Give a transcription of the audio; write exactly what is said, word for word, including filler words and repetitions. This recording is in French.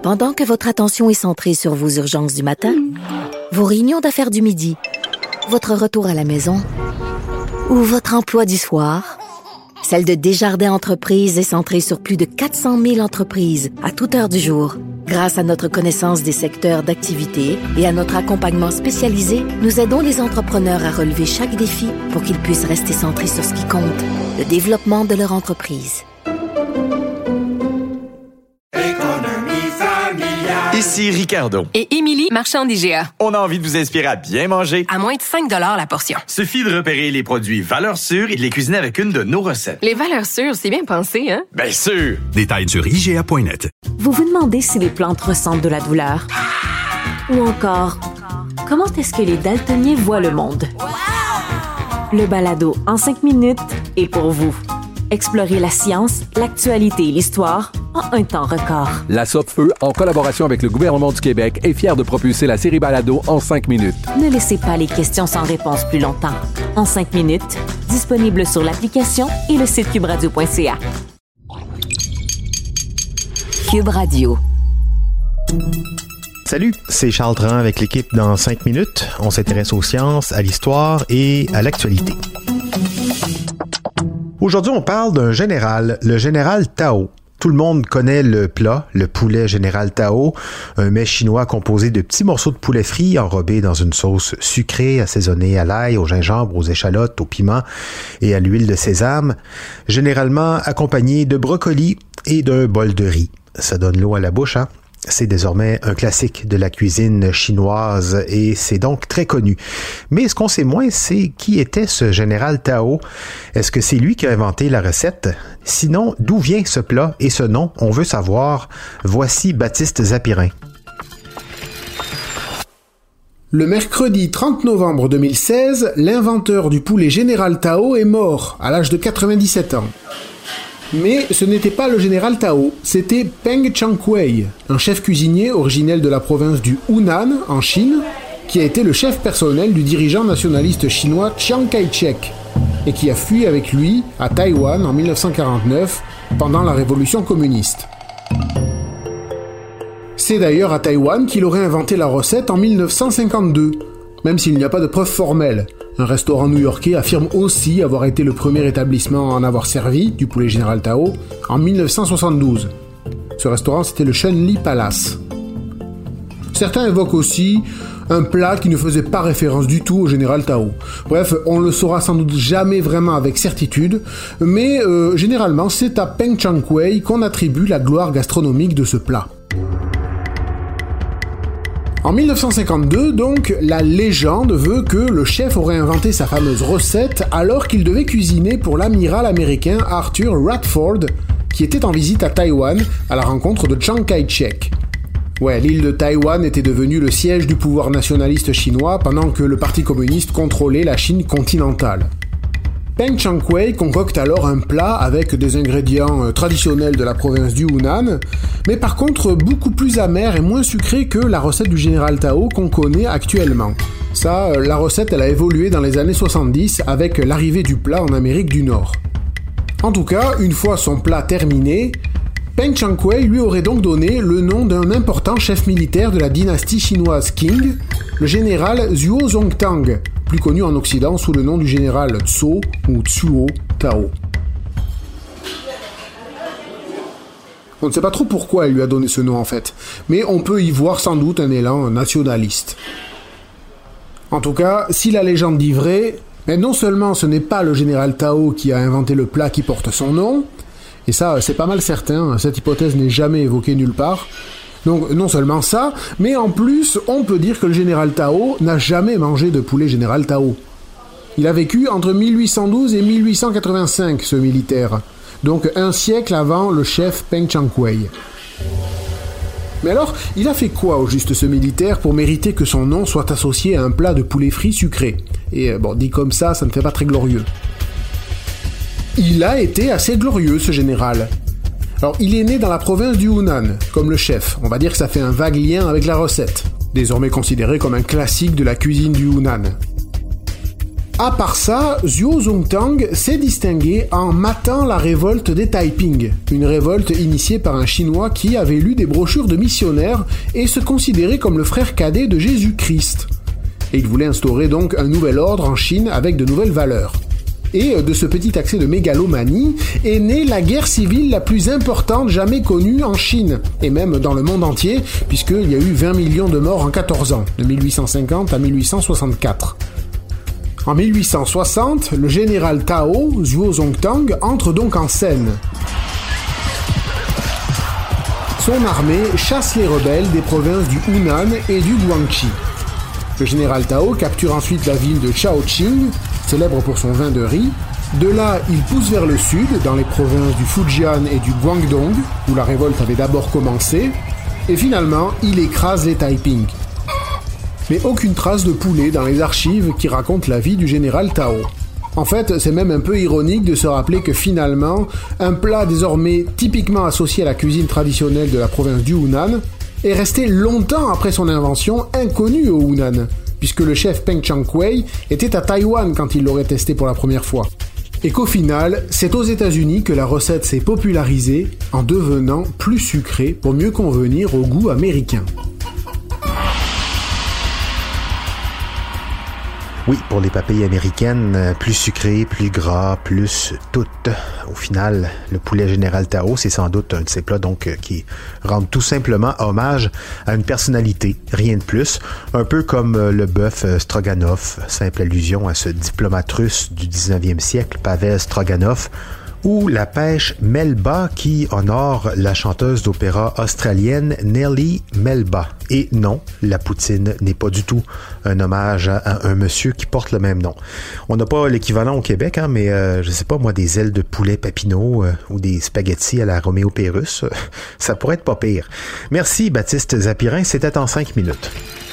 Pendant que votre attention est centrée sur vos urgences du matin, vos réunions d'affaires du midi, votre retour à la maison ou votre emploi du soir, celle de Desjardins Entreprises est centrée sur plus de quatre cent mille entreprises à toute heure du jour. Grâce à notre connaissance des secteurs d'activité et à notre accompagnement spécialisé, nous aidons les entrepreneurs à relever chaque défi pour qu'ils puissent rester centrés sur ce qui compte, le développement de leur entreprise. Ici Ricardo. Et Émilie, marchand d'I G A. On a envie de vous inspirer à bien manger. À moins de cinq dollars la portion. Suffit de repérer les produits valeurs sûres et de les cuisiner avec une de nos recettes. Les valeurs sûres, c'est bien pensé, hein? Bien sûr! Détails sur I G A point net. Vous vous demandez si les plantes ressentent de la douleur? Ou encore, comment est-ce que les daltoniens voient le monde? Le balado en cinq minutes est pour vous. Explorez la science, l'actualité et l'histoire en un temps record. La Sopfeu, en collaboration avec le gouvernement du Québec, est fière de propulser la série Balado en cinq minutes. Ne laissez pas les questions sans réponse plus longtemps. En cinq minutes, disponible sur l'application et le site cube radio point c a. Cube Radio. Salut, c'est Charles Dran avec l'équipe dans cinq minutes. On s'intéresse aux sciences, à l'histoire et à l'actualité. Aujourd'hui, on parle d'un général, le général Tao. Tout le monde connaît le plat, le poulet général Tao, un mets chinois composé de petits morceaux de poulet frit enrobés dans une sauce sucrée assaisonnée à l'ail, au gingembre, aux échalotes, au piment et à l'huile de sésame, généralement accompagné de brocolis et d'un bol de riz. Ça donne l'eau à la bouche, hein? C'est désormais un classique de la cuisine chinoise et c'est donc très connu. Mais ce qu'on sait moins, c'est qui était ce général Tao? Est-ce que c'est lui qui a inventé la recette? Sinon, d'où vient ce plat et ce nom? On veut savoir. Voici Baptiste Zapirin. Le mercredi trente novembre deux mille seize, l'inventeur du poulet général Tao est mort à l'âge de quatre-vingt-dix-sept ans. Mais ce n'était pas le général Tao, c'était Peng Changkuei, un chef cuisinier originel de la province du Hunan, en Chine, qui a été le chef personnel du dirigeant nationaliste chinois Chiang Kai-shek, et qui a fui avec lui à Taïwan en dix-neuf cent quarante-neuf, pendant la révolution communiste. C'est d'ailleurs à Taïwan qu'il aurait inventé la recette en dix-neuf cent cinquante-deux, même s'il n'y a pas de preuves formelles. Un restaurant new-yorkais affirme aussi avoir été le premier établissement à en avoir servi, du poulet général Tao, en dix-neuf cent soixante-douze. Ce restaurant, c'était le Shunli Palace. Certains évoquent aussi un plat qui ne faisait pas référence du tout au général Tao. Bref, on le saura sans doute jamais vraiment avec certitude, mais euh, généralement, c'est à Peng Changkuei qu'on attribue la gloire gastronomique de ce plat. En dix-neuf cent cinquante-deux, donc, la légende veut que le chef aurait inventé sa fameuse recette alors qu'il devait cuisiner pour l'amiral américain Arthur Radford, qui était en visite à Taïwan à la rencontre de Chiang Kai-shek. Ouais, l'île de Taïwan était devenue le siège du pouvoir nationaliste chinois pendant que le parti communiste contrôlait la Chine continentale. Peng Changkuei concocte alors un plat avec des ingrédients traditionnels de la province du Hunan, mais par contre beaucoup plus amer et moins sucré que la recette du général Tao qu'on connaît actuellement. Ça, la recette, elle a évolué dans les années soixante-dix avec l'arrivée du plat en Amérique du Nord. En tout cas, une fois son plat terminé, Peng Changkuei lui aurait donc donné le nom d'un important chef militaire de la dynastie chinoise Qing, le général Zhuo Zongtang, plus connu en Occident sous le nom du général Tso ou Tsuo Tao. On ne sait pas trop pourquoi il lui a donné ce nom en fait, mais on peut y voir sans doute un élan nationaliste. En tout cas, si la légende dit vrai, mais non seulement ce n'est pas le général Tao qui a inventé le plat qui porte son nom, et ça c'est pas mal certain, cette hypothèse n'est jamais évoquée nulle part. Donc non seulement ça, mais en plus on peut dire que le général Tao n'a jamais mangé de poulet général Tao. Il a vécu entre mille huit cent douze et mille huit cent quatre-vingt-cinq, ce militaire, donc un siècle avant le chef Peng Changkuei. Mais alors, il a fait quoi au juste ce militaire pour mériter que son nom soit associé à un plat de poulet frit sucré? Et bon, dit comme ça, ça ne fait pas très glorieux. Il a été assez glorieux, ce général. Alors, il est né dans la province du Hunan, comme le chef. On va dire que ça fait un vague lien avec la recette, désormais considérée comme un classique de la cuisine du Hunan. À part ça, Zhuo Zongtang s'est distingué en matant la révolte des Taiping, une révolte initiée par un Chinois qui avait lu des brochures de missionnaires et se considérait comme le frère cadet de Jésus-Christ. Et il voulait instaurer donc un nouvel ordre en Chine avec de nouvelles valeurs. Et de ce petit accès de mégalomanie est née la guerre civile la plus importante jamais connue en Chine, et même dans le monde entier, puisqu'il y a eu vingt millions de morts en quatorze ans, de mille huit cent cinquante à mille huit cent soixante-quatre. En mille huit cent soixante, le général Tao, Zhuo Zongtang, entre donc en scène. Son armée chasse les rebelles des provinces du Hunan et du Guangxi. Le général Tao capture ensuite la ville de Shaoqing, célèbre pour son vin de riz. De là, il pousse vers le sud, dans les provinces du Fujian et du Guangdong, où la révolte avait d'abord commencé, et finalement, il écrase les Taiping. Mais aucune trace de poulet dans les archives qui racontent la vie du général Tao. En fait, c'est même un peu ironique de se rappeler que finalement, un plat désormais typiquement associé à la cuisine traditionnelle de la province du Hunan est resté longtemps après son invention inconnu au Hunan, puisque le chef Peng Changquei était à Taïwan quand il l'aurait testé pour la première fois. Et qu'au final, c'est aux États-Unis que la recette s'est popularisée en devenant plus sucrée pour mieux convenir au goût américain. Oui, pour les papilles américaines, plus sucré, plus gras, plus tout. Au final, le poulet général Tao, c'est sans doute un de ces plats donc qui rendent tout simplement hommage à une personnalité, rien de plus. Un peu comme le bœuf Stroganov, simple allusion à ce diplomate russe du dix-neuvième siècle, Pavel Stroganov, ou la pêche Melba qui honore la chanteuse d'opéra australienne Nellie Melba. Et non, la poutine n'est pas du tout un hommage à un monsieur qui porte le même nom. On n'a pas l'équivalent au Québec, hein, mais euh, je sais pas moi, des ailes de poulet Papineau euh, ou des spaghettis à la Roméo Pérus, ça pourrait être pas pire. Merci Baptiste Zapirin, c'était en cinq minutes.